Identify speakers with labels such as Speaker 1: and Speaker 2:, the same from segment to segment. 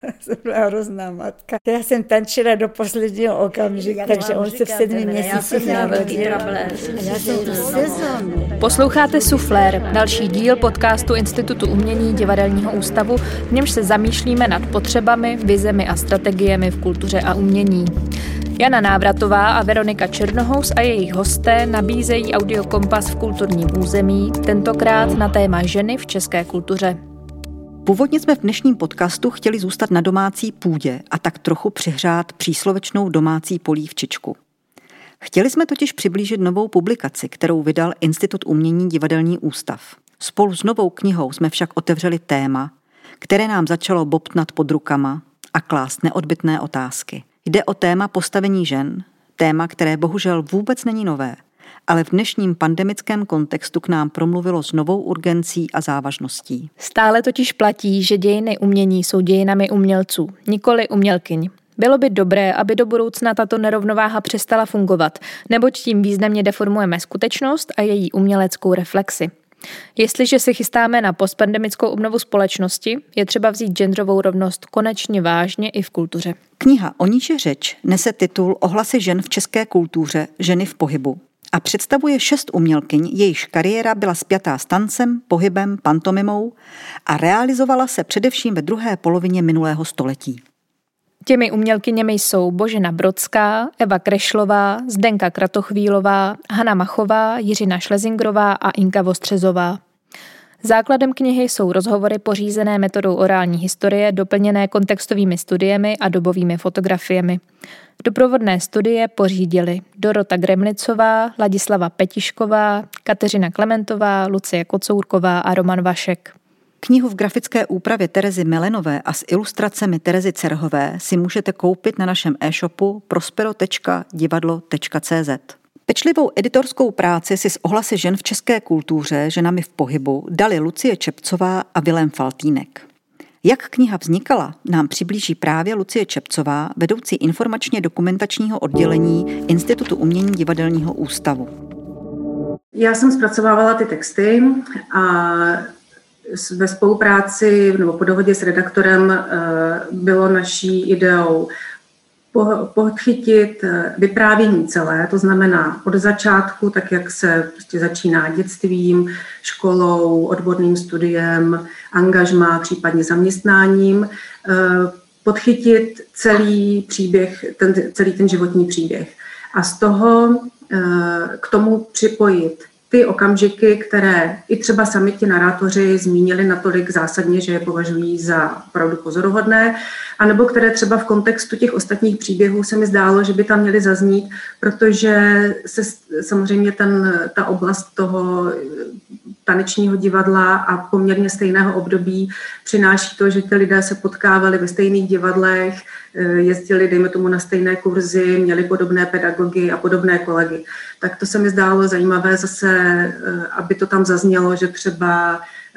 Speaker 1: Jsem byla hrozná matka. Já jsem tančila do posledního okamžiku, takže on se v 7 měsících narodil.
Speaker 2: Posloucháte Suflér, další díl podcastu Institutu umění Divadelního ústavu, v němž se zamýšlíme nad potřebami, vizemi a strategiemi v kultuře a umění. Jana Návratová a Veronika Černohous a jejich hosté nabízejí audiokompas v kulturním území, tentokrát na téma ženy v české kultuře.
Speaker 3: Původně jsme v dnešním podcastu chtěli zůstat na domácí půdě a tak trochu přihřát příslovečnou domácí polívčičku. Chtěli jsme totiž přiblížit novou publikaci, kterou vydal Institut umění Divadelní ústav. Spolu s novou knihou jsme však otevřeli téma, které nám začalo bobtnat pod rukama a klást neodbytné otázky. Jde o téma postavení žen, téma, které bohužel vůbec není nové, ale v dnešním pandemickém kontextu k nám promluvilo s novou urgencí a závažností.
Speaker 2: Stále totiž platí, že dějiny umění jsou dějinami umělců, nikoli umělkyň. Bylo by dobré, aby do budoucna tato nerovnováha přestala fungovat, neboť tím významně deformujeme skutečnost a její uměleckou reflexi. Jestliže se chystáme na postpandemickou obnovu společnosti, je třeba vzít genderovou rovnost konečně vážně i v kultuře.
Speaker 3: Kniha, o níž je řeč, nese titul Ohlasy žen v české kultuře, ženy v pohybu a představuje 6 umělkyň, jejichž kariéra byla spjatá s tancem, pohybem, pantomimou a realizovala se především ve druhé polovině minulého století.
Speaker 2: Těmi umělkyněmi jsou Božena Brodská, Eva Krešlová, Zdenka Kratochvílová, Hana Machová, Jiřina Šlezingrová a Inka Vostřezová. Základem knihy jsou rozhovory pořízené metodou orální historie, doplněné kontextovými studiemi a dobovými fotografiemi. Doprovodné studie pořídili Dorota Gremlicová, Ladislava Petišková, Kateřina Klementová, Lucie Kocourková a Roman Vašek.
Speaker 3: Knihu v grafické úpravě Terezy Melenové a s ilustracemi Terezy Cerhové si můžete koupit na našem e-shopu prospero.divadlo.cz. Pečlivou editorskou práci si s ohlasy žen v české kultuře, ženami v pohybu, dali Lucie Čepcová a Vilém Faltýnek. Jak kniha vznikala, nám přiblíží právě Lucie Čepcová, vedoucí informačně dokumentačního oddělení Institutu umění Divadelního ústavu.
Speaker 4: Já jsem zpracovávala ty texty a ve spolupráci nebo po dohodě s redaktorem bylo naší ideou podchytit vyprávění celé, to znamená od začátku, tak jak se prostě začíná dětstvím, školou, odborným studiem, angažmá, případně zaměstnáním, podchytit celý příběh, celý ten životní příběh. A z toho k tomu připojit ty okamžiky, které i třeba sami ti narátoři zmínili natolik zásadně, že je považují za opravdu pozoruhodné, anebo které třeba v kontextu těch ostatních příběhů se mi zdálo, že by tam měly zaznít, protože se samozřejmě ta oblast toho tanečního divadla a poměrně stejného období přináší to, že ty lidé se potkávali ve stejných divadlech, jezdili, dejme tomu, na stejné kurzy, měli podobné pedagogy a podobné kolegy. Tak to se mi zdálo zajímavé zase, aby to tam zaznělo, že třeba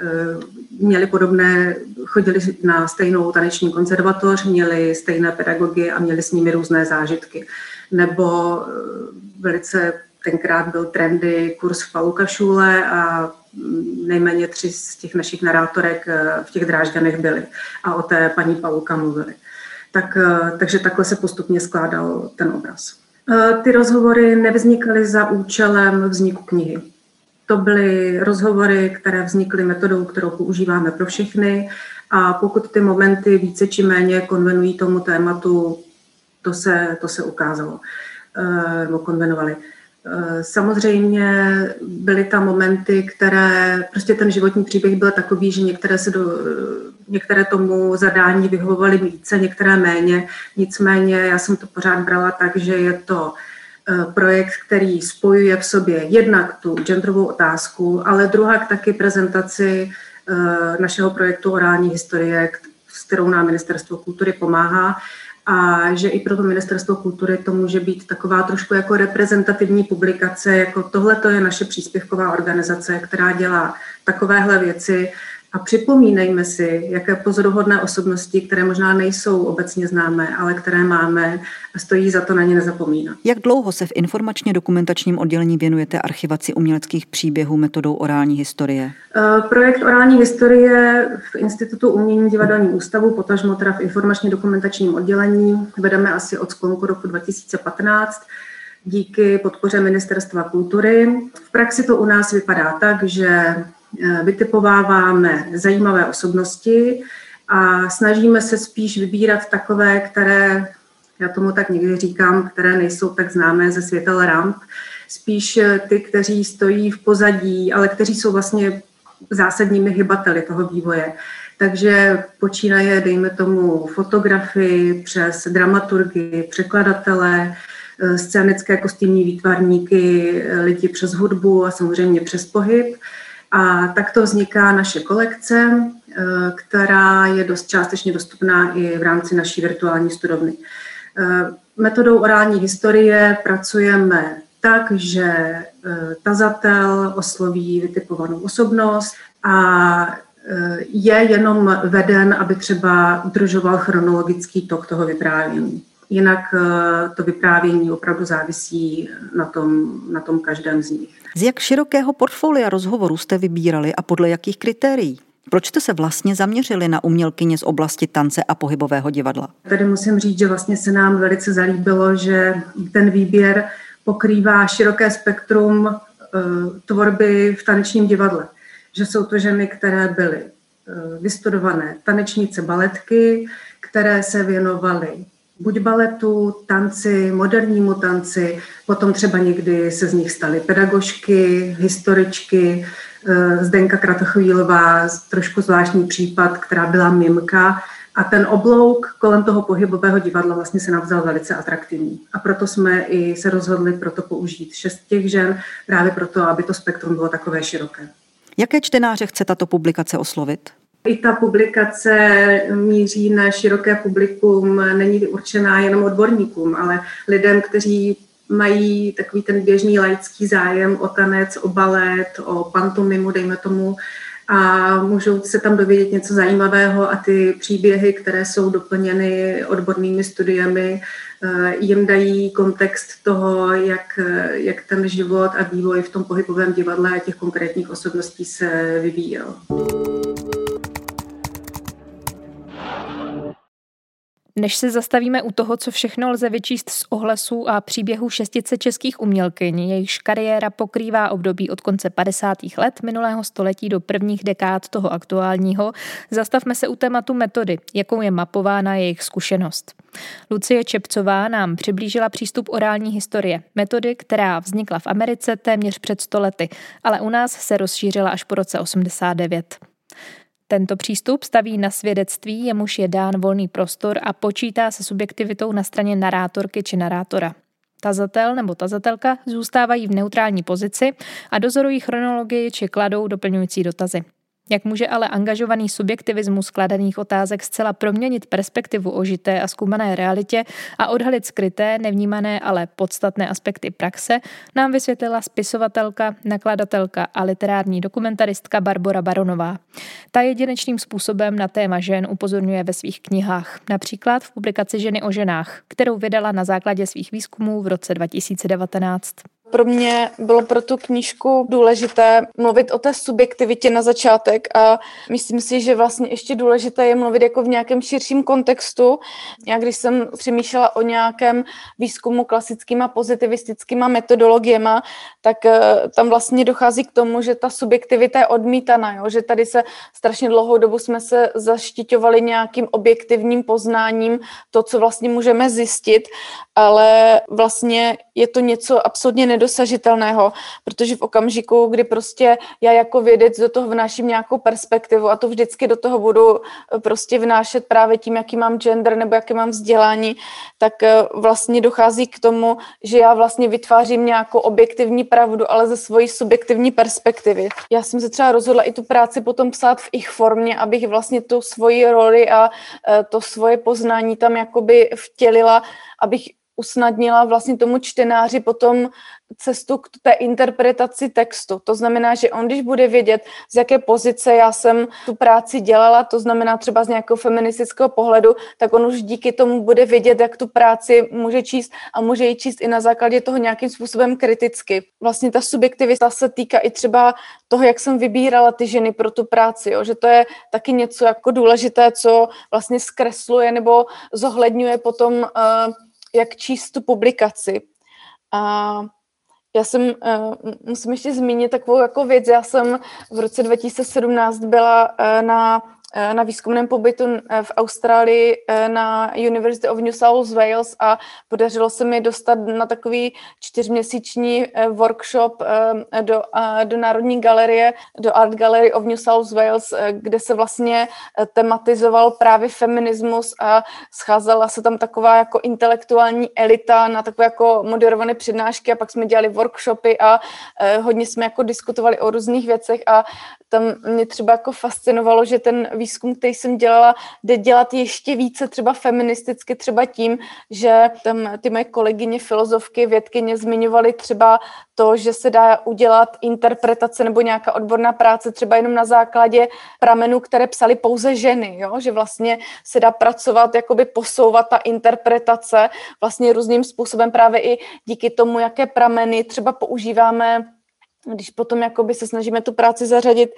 Speaker 4: měli podobné, chodili na stejnou taneční konzervatoř, měli stejné pedagogy a měli s nimi různé zážitky. Nebo velice tenkrát byl trendy kurz v Palukašule a nejméně 3 z těch našich narátorek v těch Drážďanech byly a o té paní Paluka mluvili. Takže takhle se postupně skládal ten obraz. Ty rozhovory nevznikaly za účelem vzniku knihy. To byly rozhovory, které vznikly metodou, kterou používáme pro všechny a pokud ty momenty více či méně konvenují tomu tématu, to se ukázalo, nebo konvenovali. Samozřejmě byly tam momenty, které, prostě ten životní příběh byl takový, že některé tomu zadání vyhovovaly více, některé méně. Nicméně já jsem to pořád brala tak, že je to projekt, který spojuje v sobě jednak tu genderovou otázku, ale druhak taky prezentaci našeho projektu orální historie, s kterou nám Ministerstvo kultury pomáhá. A že i pro to Ministerstvo kultury to může být taková trošku jako reprezentativní publikace, jako tohle to je naše příspěvková organizace, která dělá takovéhle věci, A připomínejme si, jaké pozoruhodné osobnosti, které možná nejsou obecně známé, ale které máme a stojí za to na ně nezapomínat.
Speaker 3: Jak dlouho se v informačně dokumentačním oddělení věnujete archivaci uměleckých příběhů metodou orální historie?
Speaker 4: Projekt orální historie v Institutu umění divadelním ústavu, potažmo teda v informačně dokumentačním oddělení, vedeme asi od sklonku roku 2015 díky podpoře Ministerstva kultury. V praxi to u nás vypadá tak, že vytipováváme zajímavé osobnosti a snažíme se spíš vybírat takové, které, já tomu tak někdy říkám, které nejsou tak známé ze světel ramp, spíš ty, kteří stojí v pozadí, ale kteří jsou vlastně zásadními hybateli toho vývoje. Takže počínaje, dejme tomu, fotografii přes dramaturgy, překladatele, scénické kostýmní výtvarníky, lidi přes hudbu a samozřejmě přes pohyb. A takto vzniká naše kolekce, která je dost částečně dostupná i v rámci naší virtuální studovny. Metodou orální historie pracujeme tak, že tazatel osloví vytipovanou osobnost a je jenom veden, aby třeba udržoval chronologický tok toho vyprávění. Jinak to vyprávění opravdu závisí na tom každém z nich.
Speaker 3: Z jak širokého portfolia rozhovorů jste vybírali a podle jakých kritérií? Proč jste se vlastně zaměřili na umělkyně z oblasti tance a pohybového divadla?
Speaker 4: Tady musím říct, že vlastně se nám velice zalíbilo, že ten výběr pokrývá široké spektrum tvorby v tanečním divadle. Že jsou to ženy, které byly vystudované tanečnice, baletky, které se věnovaly buď baletu, tanci, modernímu tanci, potom třeba někdy se z nich staly pedagožky, historičky, Zdenka Kratochvílová, trošku zvláštní případ, která byla mimka. A ten oblouk kolem toho pohybového divadla vlastně se nám vzal velice atraktivní. A proto jsme i se rozhodli proto použít 6 těch žen, právě proto, aby to spektrum bylo takové široké.
Speaker 3: Jaké čtenáře chce tato publikace oslovit?
Speaker 4: I ta publikace míří na široké publikum, není určená jenom odborníkům, ale lidem, kteří mají takový ten běžný laický zájem o tanec, o balet, o pantomimu, dejme tomu, a můžou se tam dovědět něco zajímavého a ty příběhy, které jsou doplněny odbornými studiemi, jim dají kontext toho, jak ten život a vývoj v tom pohybovém divadle a těch konkrétních osobností se vyvíjel.
Speaker 2: Než se zastavíme u toho, co všechno lze vyčíst z ohlesů a příběhů 6 českých umělkyň, jejichž kariéra pokrývá období od konce 50. let minulého století do prvních dekád toho aktuálního, zastavme se u tématu metody, jakou je mapována jejich zkušenost. Lucie Čepcová nám přiblížila přístup orální historie, metody, která vznikla v Americe téměř před 100 lety, ale u nás se rozšířila až po roce 89. Tento přístup staví na svědectví, jemuž je dán volný prostor a počítá se subjektivitou na straně narátorky či narátora. Tazatel nebo tazatelka zůstávají v neutrální pozici a dozorují chronologii či kladou doplňující dotazy. Jak může ale angažovaný subjektivismus skladaných otázek zcela proměnit perspektivu o žité a zkoumané realitě a odhalit skryté, nevnímané, ale podstatné aspekty praxe, nám vysvětlila spisovatelka, nakladatelka a literární dokumentaristka Barbora Baronová. Ta jedinečným způsobem na téma žen upozorňuje ve svých knihách, například v publikaci Ženy o ženách, kterou vydala na základě svých výzkumů v roce 2019.
Speaker 5: Pro mě bylo pro tu knížku důležité mluvit o té subjektivitě na začátek a myslím si, že vlastně ještě důležité je mluvit jako v nějakém širším kontextu. Já když jsem přemýšlela o nějakém výzkumu klasickýma pozitivistickýma metodologiema, tak tam vlastně dochází k tomu, že ta subjektivita je odmítaná, jo? Že tady se strašně dlouhou dobu jsme se zaštiťovali nějakým objektivním poznáním, to, co vlastně můžeme zjistit, ale vlastně je to něco absolutně nedosažitelného, protože v okamžiku, kdy prostě já jako vědec do toho vnáším nějakou perspektivu a to vždycky do toho budu prostě vnášet právě tím, jaký mám gender nebo jaký mám vzdělání, tak vlastně dochází k tomu, že já vlastně vytvářím nějakou objektivní pravdu, ale ze svojí subjektivní perspektivy. Já jsem se třeba rozhodla i tu práci potom psát v ich formě, abych vlastně tu svoji roli a to svoje poznání tam jakoby vtělila, abych usnadnila vlastně tomu čtenáři potom cestu k té interpretaci textu. To znamená, že on, když bude vědět, z jaké pozice já jsem tu práci dělala, to znamená třeba z nějakého feministického pohledu, tak on už díky tomu bude vědět, jak tu práci může číst a může ji číst i na základě toho nějakým způsobem kriticky. Vlastně ta subjektivita se týká i třeba toho, jak jsem vybírala ty ženy pro tu práci, jo? Že to je taky něco jako důležité, co vlastně zkresluje nebo zohledňuje potom, jak číst tu publikaci. A já musím ještě zmínit takovou jako věc, já jsem v roce 2017 byla na výzkumném pobytu v Austrálii na University of New South Wales a podařilo se mi dostat na takový 4měsíční workshop do Národní galerie, do Art Gallery of New South Wales, kde se vlastně tematizoval právě feminismus a scházela se tam taková jako intelektuální elita na takové jako moderované přednášky a pak jsme dělali workshopy a hodně jsme jako diskutovali o různých věcech a tam mě třeba jako fascinovalo, že ten výzkum, který jsem dělala, jde dělat ještě více třeba feministicky, třeba tím, že tam ty moje kolegyně filozofky, vědkyně zmiňovaly třeba to, že se dá udělat interpretace nebo nějaká odborná práce třeba jenom na základě pramenů, které psaly pouze ženy, jo? Že vlastně se dá pracovat, jakoby posouvat ta interpretace vlastně různým způsobem právě i díky tomu, jaké prameny třeba používáme, když potom jakoby se snažíme tu práci zařadit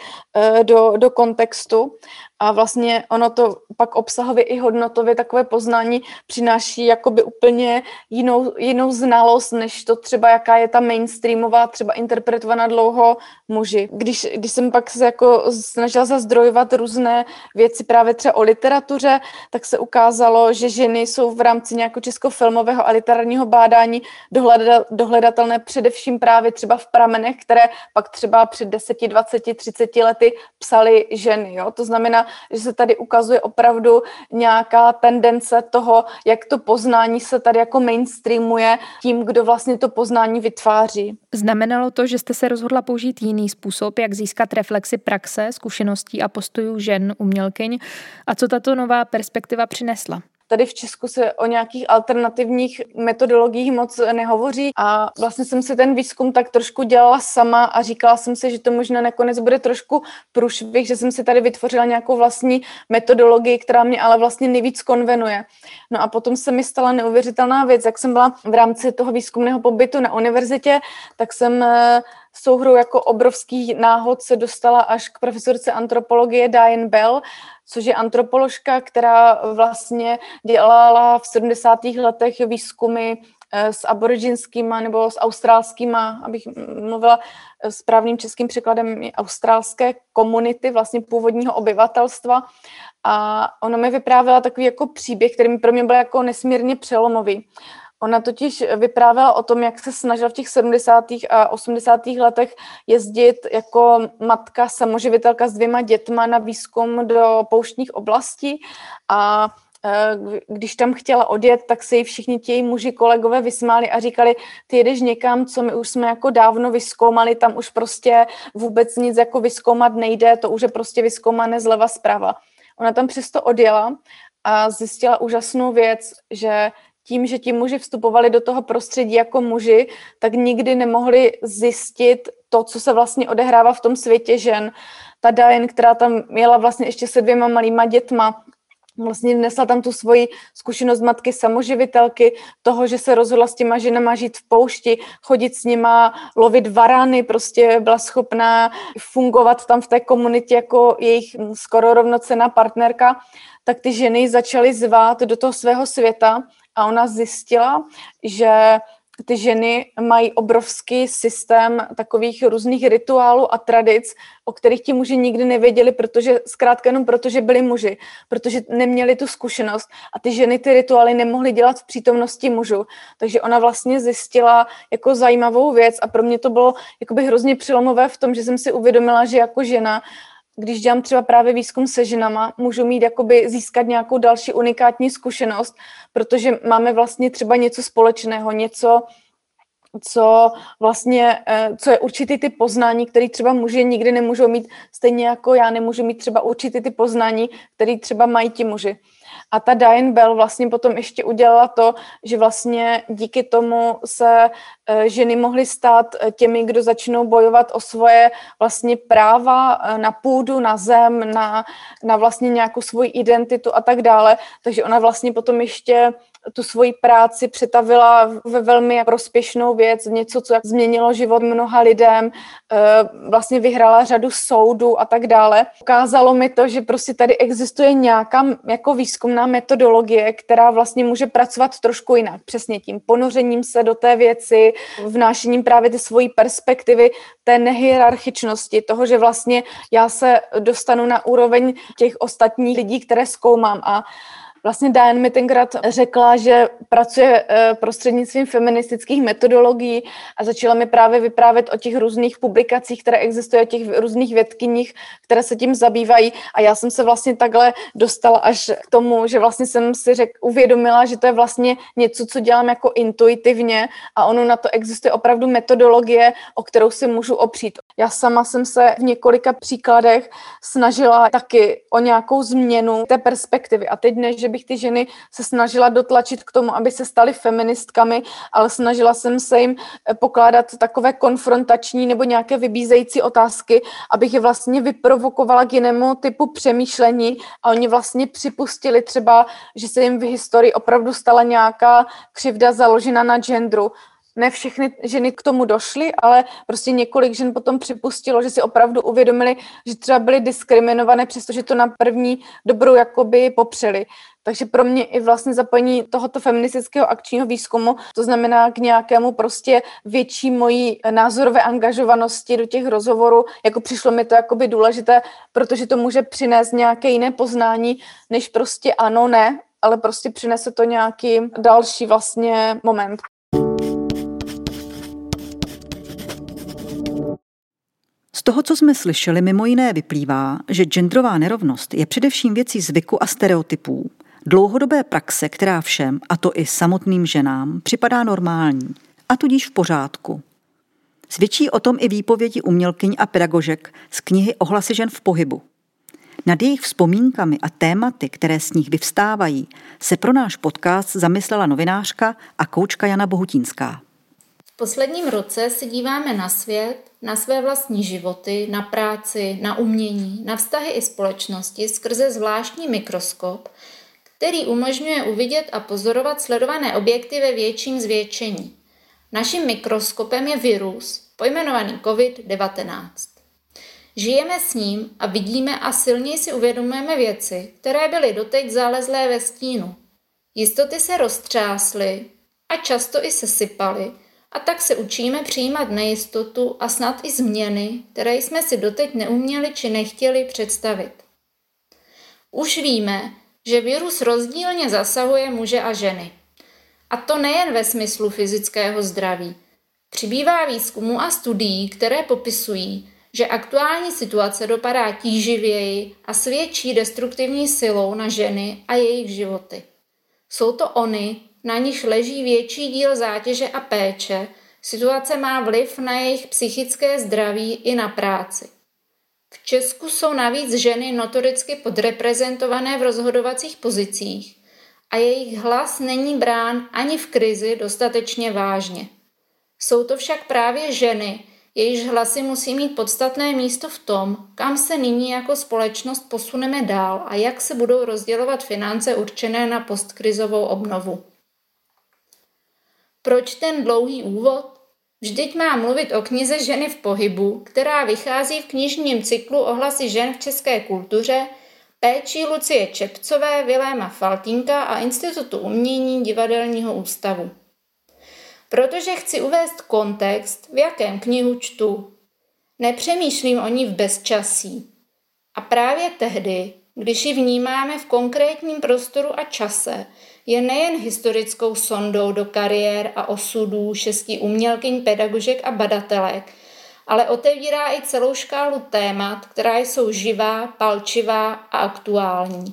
Speaker 5: do kontextu a vlastně ono to pak obsahově i hodnotově takové poznání přináší jakoby úplně jinou znalost, než to třeba jaká je ta mainstreamová, třeba interpretovaná dlouho muži. Když jsem pak se jako snažila zazdrojovat různé věci právě třeba o literatuře, tak se ukázalo, že ženy jsou v rámci nějakého českofilmového a literárního bádání dohledatelné především právě třeba v pramenech, které pak třeba před 10, 20, 30 lety psaly ženy. Jo? To znamená, že se tady ukazuje opravdu nějaká tendence toho, jak to poznání se tady jako mainstreamuje tím, kdo vlastně to poznání vytváří.
Speaker 2: Znamenalo to, že jste se rozhodla použít jiný způsob, jak získat reflexi praxe, zkušeností a postojů žen umělkyň a co tato nová perspektiva přinesla?
Speaker 5: Tady v Česku se o nějakých alternativních metodologiích moc nehovoří a vlastně jsem si ten výzkum tak trošku dělala sama a říkala jsem si, že to možná nakonec bude trošku průšvih, že jsem si tady vytvořila nějakou vlastní metodologii, která mě ale vlastně nejvíc konvenuje. No a potom se mi stala neuvěřitelná věc, jak jsem byla v rámci toho výzkumného pobytu na univerzitě, tak jsem souhrou jako obrovský náhod se dostala až k profesorce antropologie Diane Bell, což je antropoložka, která vlastně dělala v 70. letech výzkumy s aboriginskýma nebo s australskýma, abych mluvila správným českým překladem, australské komunity, vlastně původního obyvatelstva. A ona mi vyprávěla takový jako příběh, který pro mě byl jako nesmírně přelomový. Ona totiž vyprávěla o tom, jak se snažila v těch 70. a 80. letech jezdit jako matka samoživitelka s 2 dětma na výzkum do pouštních oblastí a když tam chtěla odjet, tak se jí všichni ti muži kolegové vysmáli a říkali, ty jedeš někam, co my už jsme jako dávno vyzkoumali, tam už prostě vůbec nic jako vyzkoumat nejde, to už je prostě vyzkoumané zleva zprava. Ona tam přesto odjela a zjistila úžasnou věc, že tím, že ti muži vstupovali do toho prostředí jako muži, tak nikdy nemohli zjistit to, co se vlastně odehrává v tom světě žen. Ta Diane, která tam jela vlastně ještě se 2 malýma dětma, vlastně nesla tam tu svoji zkušenost matky samoživitelky, toho, že se rozhodla s těma ženama žít v poušti, chodit s nima, lovit varany, prostě byla schopná fungovat tam v té komunitě jako jejich skoro rovnocenná partnerka, tak ty ženy začaly zvát do toho svého světa a ona zjistila, že ty ženy mají obrovský systém takových různých rituálů a tradic, o kterých ti muži nikdy nevěděli, protože zkrátka jenom protože byli muži, protože neměli tu zkušenost a ty ženy ty rituály nemohly dělat v přítomnosti mužů. Takže ona vlastně zjistila jako zajímavou věc a pro mě to bylo jakoby hrozně přelomové v tom, že jsem si uvědomila, že jako žena, když dělám třeba právě výzkum se ženama, můžu mít jakoby získat nějakou další unikátní zkušenost, protože máme vlastně třeba něco společného, něco, co je určitý typ poznání, který třeba muži nikdy nemůžou mít, stejně jako já nemůžu mít třeba určitý typ poznání, který třeba mají ti muži. A ta Diane Bell vlastně potom ještě udělala to, že vlastně díky tomu se ženy mohly stát těmi, kdo začnou bojovat o svoje vlastně práva na půdu, na zem, na vlastně nějakou svoji identitu a tak dále. Takže ona vlastně potom ještě tu svoji práci přetavila ve velmi prospěšnou věc, něco, co změnilo život mnoha lidem, vlastně vyhrála řadu soudů a tak dále. Ukázalo mi to, že prostě tady existuje nějaká jako výzkumná metodologie, která vlastně může pracovat trošku jinak. Přesně tím ponořením se do té věci, vnášením právě ty svojí perspektivy, té nehierarchičnosti, toho, že vlastně já se dostanu na úroveň těch ostatních lidí, které zkoumám. A vlastně Diane mi tenkrát řekla, že pracuje prostřednictvím feministických metodologií a začala mi právě vyprávět o těch různých publikacích, které existují, o těch různých vědkyních, které se tím zabývají. A já jsem se vlastně takhle dostala až k tomu, že vlastně jsem si uvědomila, že to je vlastně něco, co dělám jako intuitivně a ono na to existuje opravdu metodologie, o kterou si můžu opřít. Já sama jsem se v několika příkladech snažila taky o nějakou změnu té perspektivy. A teď ne, že bych ty ženy se snažila dotlačit k tomu, aby se staly feministkami, ale snažila jsem se jim pokládat takové konfrontační nebo nějaké vybízející otázky, abych je vlastně vyprovokovala k jinému typu přemýšlení a oni vlastně připustili třeba, že se jim v historii opravdu stala nějaká křivda založena na genderu. Ne všechny ženy k tomu došly, ale prostě několik žen potom připustilo, že si opravdu uvědomili, že třeba byly diskriminované, přestože to na první dobrou jakoby popřeli. Takže pro mě i vlastně zapojení tohoto feministického akčního výzkumu, to znamená k nějakému prostě větší mojí názorové angažovanosti do těch rozhovorů, jako přišlo mi to jakoby důležité, protože to může přinést nějaké jiné poznání, než prostě ano, ne, ale prostě přinese to nějaký další vlastně moment.
Speaker 3: Z toho, co jsme slyšeli, mimo jiné vyplývá, že genderová nerovnost je především věcí zvyku a stereotypů, dlouhodobé praxe, která všem, a to i samotným ženám, připadá normální a tudíž v pořádku. Svědčí o tom i výpovědi umělkyň a pedagožek z knihy Ohlasy žen v pohybu. Nad jejich vzpomínkami a tématy, které z nich vyvstávají, se pro náš podcast zamyslela novinářka a koučka Jana Bohutínská.
Speaker 6: V posledním roce se díváme na svět, na své vlastní životy, na práci, na umění, na vztahy i společnosti skrze zvláštní mikroskop, který umožňuje uvidět a pozorovat sledované objekty ve větším zvětšení. Naším mikroskopem je virus, pojmenovaný COVID-19. Žijeme s ním a vidíme a silněji si uvědomujeme věci, které byly doteď zálezlé ve stínu. Jistoty se roztřásly a často i sesypaly, a tak se učíme přijímat nejistotu a snad i změny, které jsme si doteď neuměli či nechtěli představit. Už víme, že virus rozdílně zasahuje muže a ženy. A to nejen ve smyslu fyzického zdraví. Přibývá výzkumů a studií, které popisují, že aktuální situace dopadá tíživěji a svědčí destruktivní silou na ženy a jejich životy. Jsou to ony, na nich leží větší díl zátěže a péče, situace má vliv na jejich psychické zdraví i na práci. V Česku jsou navíc ženy notoricky podreprezentované v rozhodovacích pozicích a jejich hlas není brán ani v krizi dostatečně vážně. Jsou to však právě ženy, jejichž hlasy musí mít podstatné místo v tom, kam se nyní jako společnost posuneme dál a jak se budou rozdělovat finance určené na postkrizovou obnovu. Proč ten dlouhý úvod? Vždyť mám mluvit o knize Ženy v pohybu, která vychází v knižním cyklu Ohlasy žen v české kultuře, péčí Lucie Čepcové, Viléma Faltínka a Institutu umění Divadelního ústavu. Protože chci uvést kontext, v jakém knihu čtu. Nepřemýšlím o ní v bezčasí. A právě tehdy, když ji vnímáme v konkrétním prostoru a čase, je nejen historickou sondou do kariér a osudů 6 umělkyň, pedagožek a badatelek, ale otevírá i celou škálu témat, která jsou živá, palčivá a aktuální.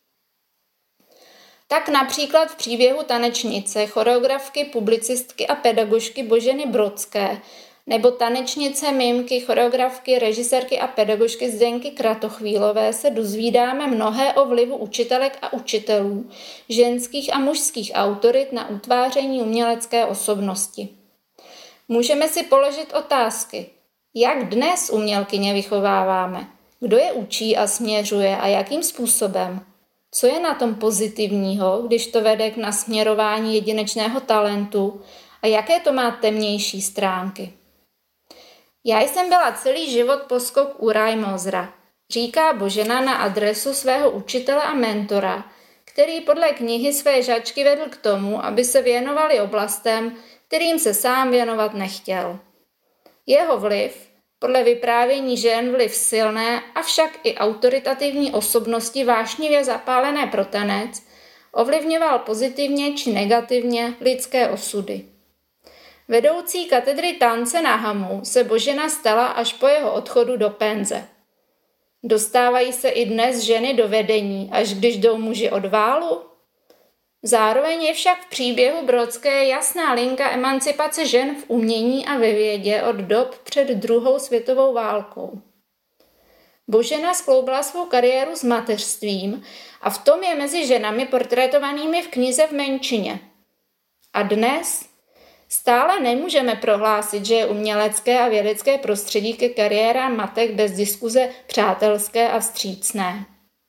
Speaker 6: Tak například v příběhu tanečnice, choreografky, publicistky a pedagožky Boženy Brodské nebo tanečnice, mimky, choreografky, režisérky a pedagožky Zdenky Kratochvílové se dozvídáme mnohé o vlivu učitelek a učitelů, ženských a mužských autorit na utváření umělecké osobnosti. Můžeme si položit otázky, jak dnes umělkyně vychováváme, kdo je učí a směřuje a jakým způsobem, co je na tom pozitivního, když to vede k nasměrování jedinečného talentu a jaké to má temnější stránky. Já jsem byla celý život poskok u Reimosera, říká Božena na adresu svého učitele a mentora, který podle knihy své žačky vedl k tomu, aby se věnovali oblastem, kterým se sám věnovat nechtěl. Jeho vliv, podle vyprávění žen vliv silné, avšak i autoritativní osobnosti vášnivě zapálené pro tanec, ovlivňoval pozitivně či negativně lidské osudy. Vedoucí katedry tance na Hamu se Božena stala až po jeho odchodu do penze. Dostávají se i dnes ženy do vedení, až když jdou muži od válu? Zároveň je však v příběhu Brodské jasná linka emancipace žen v umění a ve vědě od dob před druhou světovou válkou. Božena skloubila svou kariéru s mateřstvím a v tom je mezi ženami portrétovanými v knize v menšině. A dnes stále nemůžeme prohlásit, že je umělecké a vědecké prostředí ke kariérám matek bez diskuze přátelské a vstřícné.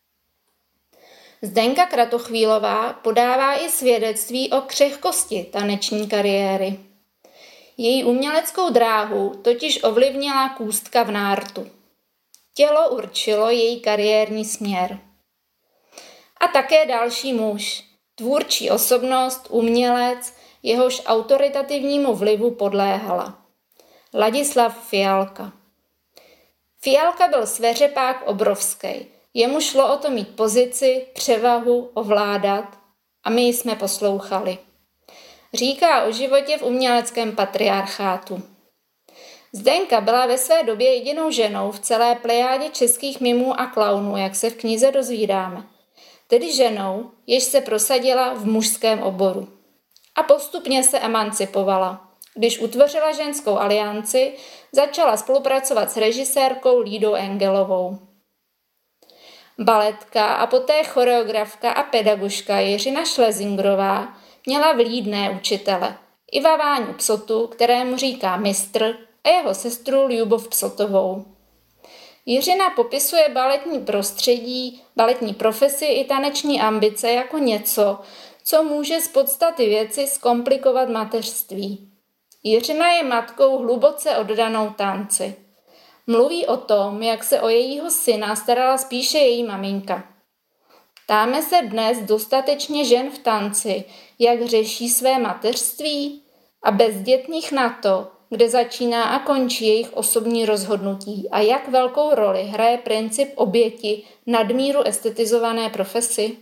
Speaker 6: Zdenka Kratochvílová podává i svědectví o křehkosti taneční kariéry. Její uměleckou dráhu totiž ovlivnila kůstka v nártu. Tělo určilo její kariérní směr. A také další muž, tvůrčí osobnost, umělec, jehož autoritativnímu vlivu podléhala. Ladislav Fialka. Fialka byl sveřepák obrovský. Jemu šlo o to mít pozici, převahu, ovládat a my jsme poslouchali. Říká o životě v uměleckém patriarchátu. Zdenka byla ve své době jedinou ženou v celé plejádě českých mimů a klaunů, jak se v knize dozvídáme. Tedy ženou, jež se prosadila v mužském oboru. A postupně se emancipovala. Když utvořila ženskou alianci, začala spolupracovat s režisérkou Lídou Engelovou. Baletka a poté choreografka a pedagožka Jiřina Schlesingrová měla vlídné učitele. Iva Váňu Psotu, kterému říká mistr, a jeho sestru Ljubov Psotovou. Jiřina popisuje baletní prostředí, baletní profesi i taneční ambice jako něco, co může z podstaty věci zkomplikovat mateřství. Jiřina je matkou hluboce oddanou tanci. Mluví o tom, jak se o jejího syna starala spíše její maminka. Ptáme se dnes dostatečně žen v tanci, jak řeší své mateřství a bezdětných na to, kde začíná a končí jejich osobní rozhodnutí a jak velkou roli hraje princip oběti nadmíru estetizované profesi.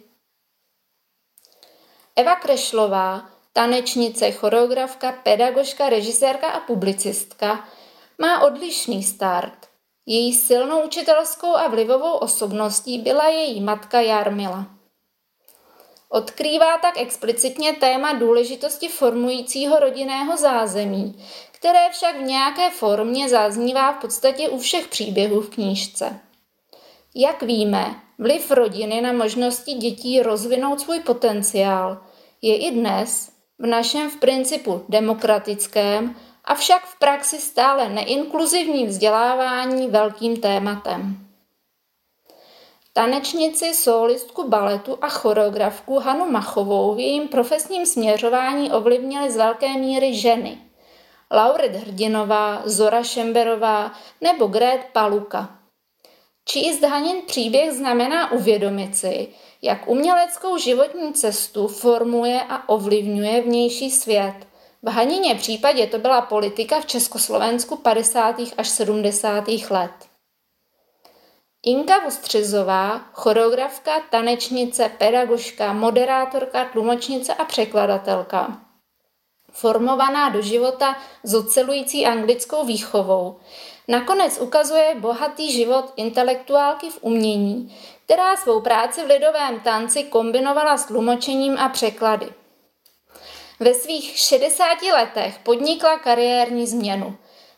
Speaker 6: Eva Krešlová, tanečnice, choreografka, pedagožka, režisérka a publicistka, má odlišný start. Její silnou učitelskou a vlivovou osobností byla její matka Jarmila. Odkrývá tak explicitně téma důležitosti formujícího rodinného zázemí, které však v nějaké formě zaznívá v podstatě u všech příběhů v knížce. Jak víme, vliv rodiny na možnosti dětí rozvinout svůj potenciál je i dnes v našem v principu demokratickém, avšak v praxi stále neinkluzivním vzdělávání velkým tématem. Tanečnici, sólistku baletu a choreografku Hanu Machovou v jejím profesním směřování ovlivnily z velké míry ženy. Laurit Hrdinová, Zora Šemberová nebo Grét Paluka. Číst Hanin příběh znamená uvědomit si, jak uměleckou životní cestu formuje a ovlivňuje vnější svět. V Hanině případě to byla politika v Československu 50. až 70. let. Inka Vostřizová, choreografka, tanečnice, pedagožka, moderátorka, tlumočnice a překladatelka. Formovaná do života zocelující anglickou výchovou, nakonec ukazuje bohatý život intelektuálky v umění, která svou práci v lidovém tanci kombinovala s tlumočením a překlady. Ve svých 60 letech podnikla kariérní změnu.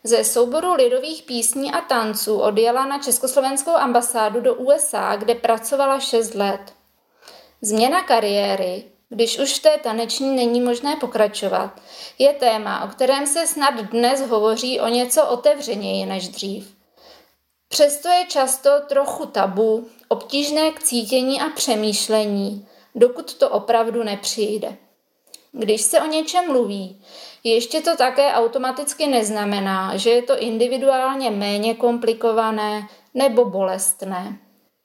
Speaker 6: Ze souboru lidových písní a tanců odjela na československou ambasádu do USA, kde pracovala 6 let. Změna kariéry, když už v té taneční není možné pokračovat, je téma, o kterém se snad dnes hovoří o něco otevřeněji než dřív. Přesto je často trochu tabu, obtížné k cítění a přemýšlení, dokud to opravdu nepřijde. Když se o něčem mluví, ještě to také automaticky neznamená, že je to individuálně méně komplikované nebo bolestné.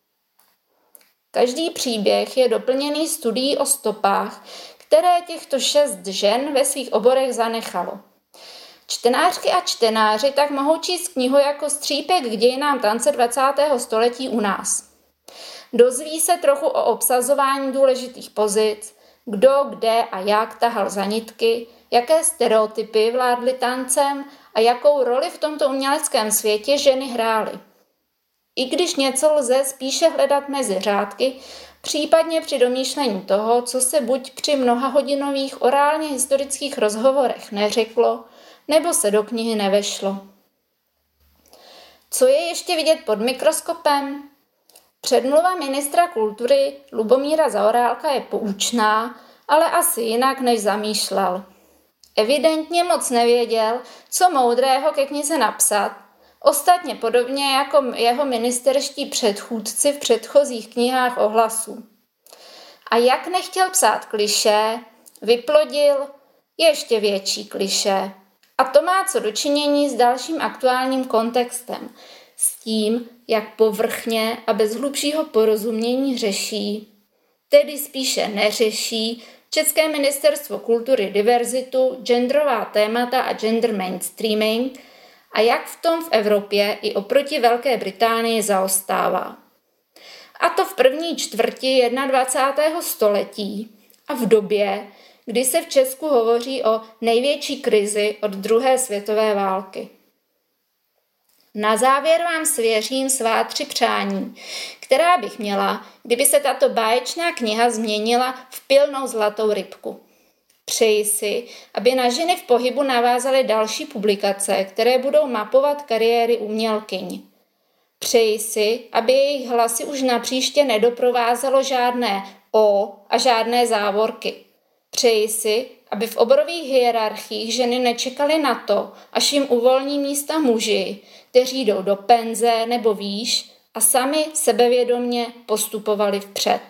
Speaker 6: Každý příběh je doplněný studií o stopách, které těchto 6 žen ve svých oborech zanechalo. Čtenářky a čtenáři tak mohou číst knihu jako střípek k dějinám tance 20. století u nás. Dozví se trochu o obsazování důležitých pozic, kdo, kde a jak tahal za nitky, jaké stereotypy vládly tancem a jakou roli v tomto uměleckém světě ženy hrály. I když něco lze spíše hledat mezi řádky, případně při domýšlení toho, co se buď při mnohahodinových orálně historických rozhovorech neřeklo, nebo se do knihy nevešlo. Co je ještě vidět pod mikroskopem? Předmluva ministra kultury Lubomíra Zaorálka je poučná, ale asi jinak, než zamýšlel. Evidentně moc nevěděl, co moudrého ke knize napsat, ostatně podobně jako jeho ministerští předchůdci v předchozích knihách ohlasů. A jak nechtěl psát klišé, vyplodil ještě větší klišé. A to má co dočinění s dalším aktuálním kontextem, s tím, jak povrchně a bez hlubšího porozumění řeší, tedy spíše neřeší, České ministerstvo kultury diverzitu, genderová témata a gender mainstreaming a jak v tom v Evropě i oproti Velké Británii zaostává. A to v první čtvrti 21. století a v době, kdy se v Česku hovoří o největší krizi od druhé světové války. Na závěr vám svěřím svá 3 přání, která bych měla, kdyby se tato báječná kniha změnila v pilnou zlatou rybku. Přeji si, aby na ženy v pohybu navázaly další publikace, které budou mapovat kariéry umělkyň. Přeji si, aby jejich hlasy už napříště nedoprovázelo žádné O a žádné závorky. Přeji si, aby v oborových hierarchiích ženy nečekaly na to, až jim uvolní místa muži, kteří jdou do penze nebo výš a sami sebevědomně postupovali vpřed.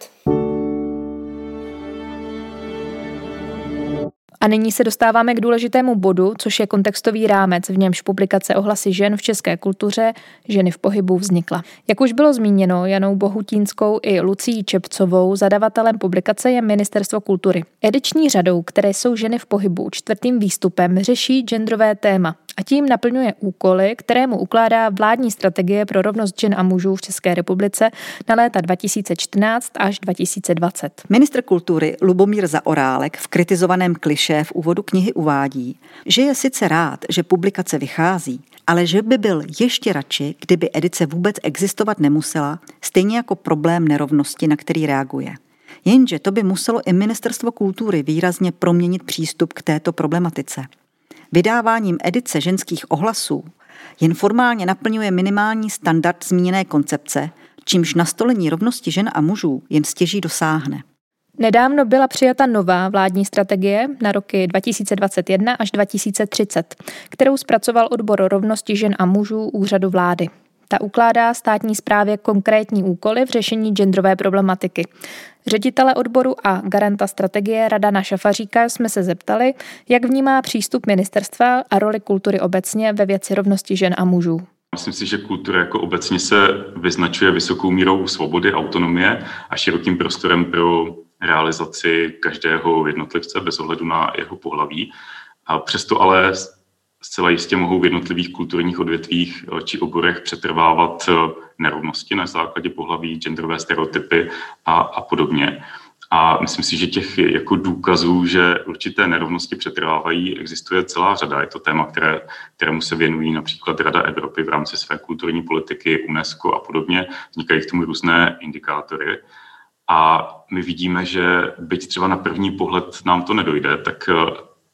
Speaker 2: A nyní se dostáváme k důležitému bodu, což je kontextový rámec, v němž publikace Ohlasy žen v české kultuře Ženy v pohybu vznikla. Jak už bylo zmíněno Janou Bohutínskou i Lucií Čepcovou, zadavatelem publikace je Ministerstvo kultury. Ediční řadou, které jsou Ženy v pohybu, 4. výstupem řeší genderové téma a tím naplňuje úkoly, které mu ukládá vládní strategie pro rovnost žen a mužů v České republice na léta 2014 až 2020.
Speaker 3: Ministr kultury Lubomír Zaorálek v kritizovaném klišé v úvodu knihy uvádí, že je sice rád, že publikace vychází, ale že by byl ještě radši, kdyby edice vůbec existovat nemusela, stejně jako problém nerovnosti, na který reaguje. Jenže to by muselo i Ministerstvo kultury výrazně proměnit přístup k této problematice. Vydáváním edice ženských ohlasů jen formálně naplňuje minimální standard zmíněné koncepce, čímž nastolení rovnosti žen a mužů jen stěží dosáhne.
Speaker 2: Nedávno byla přijata nová vládní strategie na roky 2021 až 2030, kterou zpracoval odbor rovnosti žen a mužů Úřadu vlády. Ta ukládá státní správě konkrétní úkoly v řešení genderové problematiky. Ředitele odboru a garanta strategie Radana Šafaříka jsme se zeptali, jak vnímá přístup ministerstva a roli kultury obecně ve věci rovnosti žen a mužů.
Speaker 7: Myslím si, že kultura jako obecně se vyznačuje vysokou mírou svobody, autonomie a širokým prostorem pro realizaci každého jednotlivce bez ohledu na jeho pohlaví. A přesto ale zcela jistě mohou v jednotlivých kulturních odvětvích či oborech přetrvávat nerovnosti na základě pohlaví, genderové stereotypy a podobně. A myslím si, že těch jako důkazů, že určité nerovnosti přetrvávají, existuje celá řada. Je to téma, kterému se věnují například Rada Evropy v rámci své kulturní politiky, UNESCO a podobně. Vznikají k tomu různé indikátory. A my vidíme, že byť třeba na první pohled nám to nedojde, tak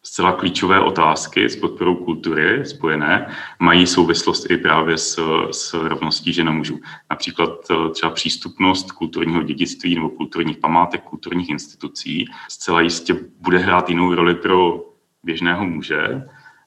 Speaker 7: zcela klíčové otázky s podporou kultury spojené mají souvislost i právě s rovností žen a mužů. Například třeba přístupnost kulturního dědictví nebo kulturních památek, kulturních institucí zcela jistě bude hrát jinou roli pro běžného muže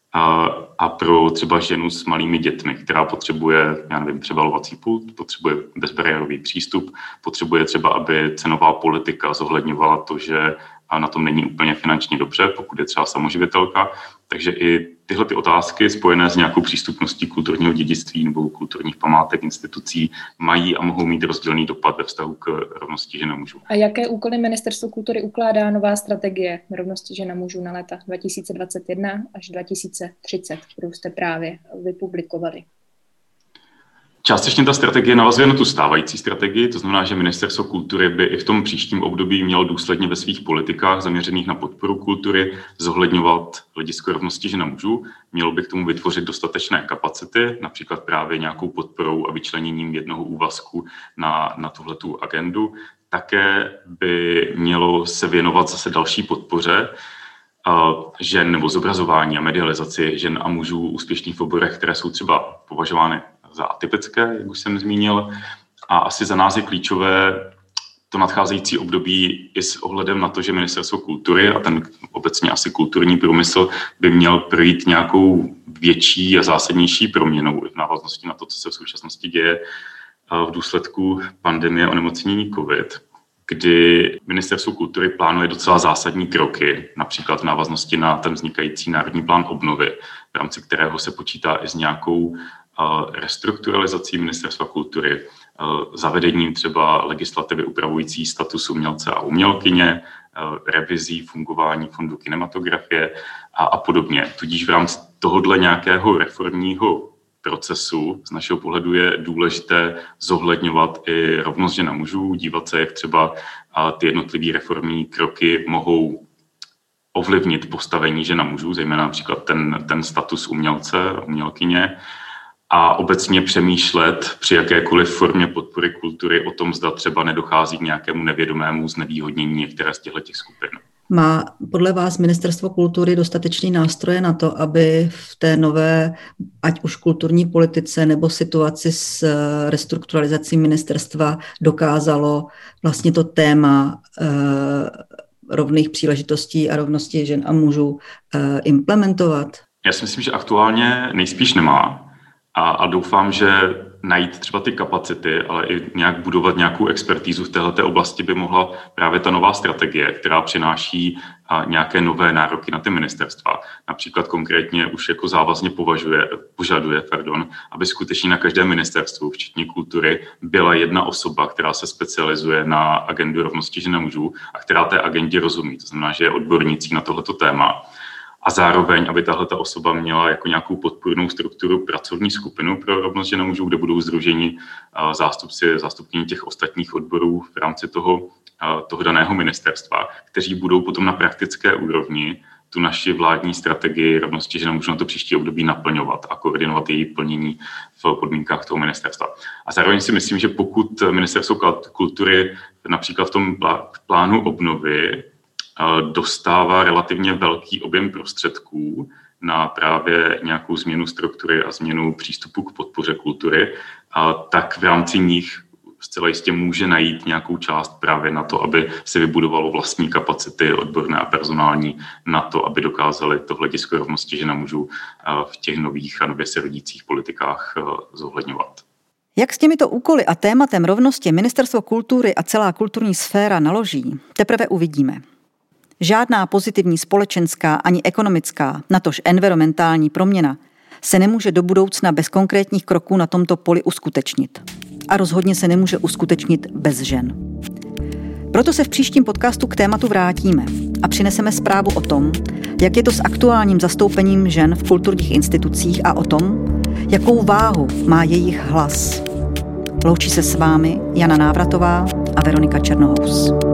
Speaker 7: a pro třeba ženu s malými dětmi, která potřebuje, přebalovací pult, potřebuje bezbariérový přístup, potřebuje třeba, aby cenová politika zohledňovala to, že na tom není úplně finančně dobře, pokud je třeba samoživitelka. Takže i tyhle ty otázky spojené s nějakou přístupností kulturního dědictví nebo kulturních památek, institucí mají a mohou mít rozdílný dopad ve vztahu k rovnosti žen a mužů.
Speaker 2: A jaké úkoly Ministerstvo kultury ukládá nová strategie rovnosti žen a mužů na léta 2021 až 2030, kterou jste právě vypublikovali?
Speaker 7: Částečně ta strategie navazuje na tu stávající strategii, to znamená, že Ministerstvo kultury by i v tom příštím období mělo důsledně ve svých politikách zaměřených na podporu kultury zohledňovat hledisko rovnosti žen a mužů. Mělo by k tomu vytvořit dostatečné kapacity, například právě nějakou podporou a vyčleněním jednoho úvazku na tuhletu agendu. Také by mělo se věnovat zase další podpoře žen nebo zobrazování a medializaci žen a mužů úspěšných v oborech, které jsou třeba považovány za atypické, jak už jsem zmínil. A asi za nás je klíčové to nadcházející období i s ohledem na to, že Ministerstvo kultury a ten obecně asi kulturní průmysl by měl projít nějakou větší a zásadnější proměnou v návaznosti na to, co se v současnosti děje v důsledku pandemie onemocnění COVID, kdy Ministerstvo kultury plánuje docela zásadní kroky, například v návaznosti na ten vznikající Národní plán obnovy, v rámci kterého se počítá i s nějakou restrukturalizací Ministerstva kultury, zavedením třeba legislativy upravující status umělce a umělkyně, revizí fungování fondu kinematografie a podobně. Tudíž v rámci tohohle nějakého reformního procesu z našeho pohledu je důležité zohledňovat i rovnost žen a mužů, dívat se, jak třeba ty jednotlivé reformní kroky mohou ovlivnit postavení žen a mužů, zejména například ten status umělce, umělkyně, a obecně přemýšlet při jakékoliv formě podpory kultury o tom, zda třeba nedochází k nějakému nevědomému znevýhodnění některé z těchto skupin.
Speaker 3: Má podle vás Ministerstvo kultury dostatečný nástroje na to, aby v té nové, ať už kulturní politice nebo situaci s restrukturalizací ministerstva dokázalo vlastně to téma rovných příležitostí a rovnosti žen a mužů implementovat?
Speaker 7: Já si myslím, že aktuálně nejspíš nemá. A doufám, že najít třeba ty kapacity, ale i nějak budovat nějakou expertízu v této oblasti by mohla právě ta nová strategie, která přináší nějaké nové nároky na ty ministerstva. Například konkrétně už jako závazně požaduje, aby skutečně na každém ministerstvu, včetně kultury, byla jedna osoba, která se specializuje na agendu rovnosti žen a mužů a která té agendě rozumí. To znamená, že je odbornicí na tohleto téma. A zároveň, aby tahleta osoba měla jako nějakou podpůrnou strukturu pracovní skupinu pro rovnost žen a mužů, kde budou sdruženi zástupkyně těch ostatních odborů v rámci toho daného ministerstva, kteří budou potom na praktické úrovni tu naši vládní strategii rovnosti žen a mužů na to příští období naplňovat a koordinovat její plnění v podmínkách toho ministerstva. A zároveň si myslím, že pokud Ministerstvo kultury například v tom plánu obnovy dostává relativně velký objem prostředků na právě nějakou změnu struktury a změnu přístupu k podpoře kultury, tak v rámci nich zcela jistě může najít nějakou část právě na to, aby se vybudovalo vlastní kapacity odborné a personální na to, aby dokázali to hledisko rovnosti žen a mužů v těch nových a nově se rodících politikách zohledňovat.
Speaker 3: Jak s těmito úkoly a tématem rovnosti Ministerstvo kultury a celá kulturní sféra naloží, teprve uvidíme. Žádná pozitivní společenská ani ekonomická, natož environmentální proměna se nemůže do budoucna bez konkrétních kroků na tomto poli uskutečnit. A rozhodně se nemůže uskutečnit bez žen. Proto se v příštím podcastu k tématu vrátíme a přineseme zprávu o tom, jak je to s aktuálním zastoupením žen v kulturních institucích a o tom, jakou váhu má jejich hlas. Loučí se s vámi Jana Návratová a Veronika Černohous.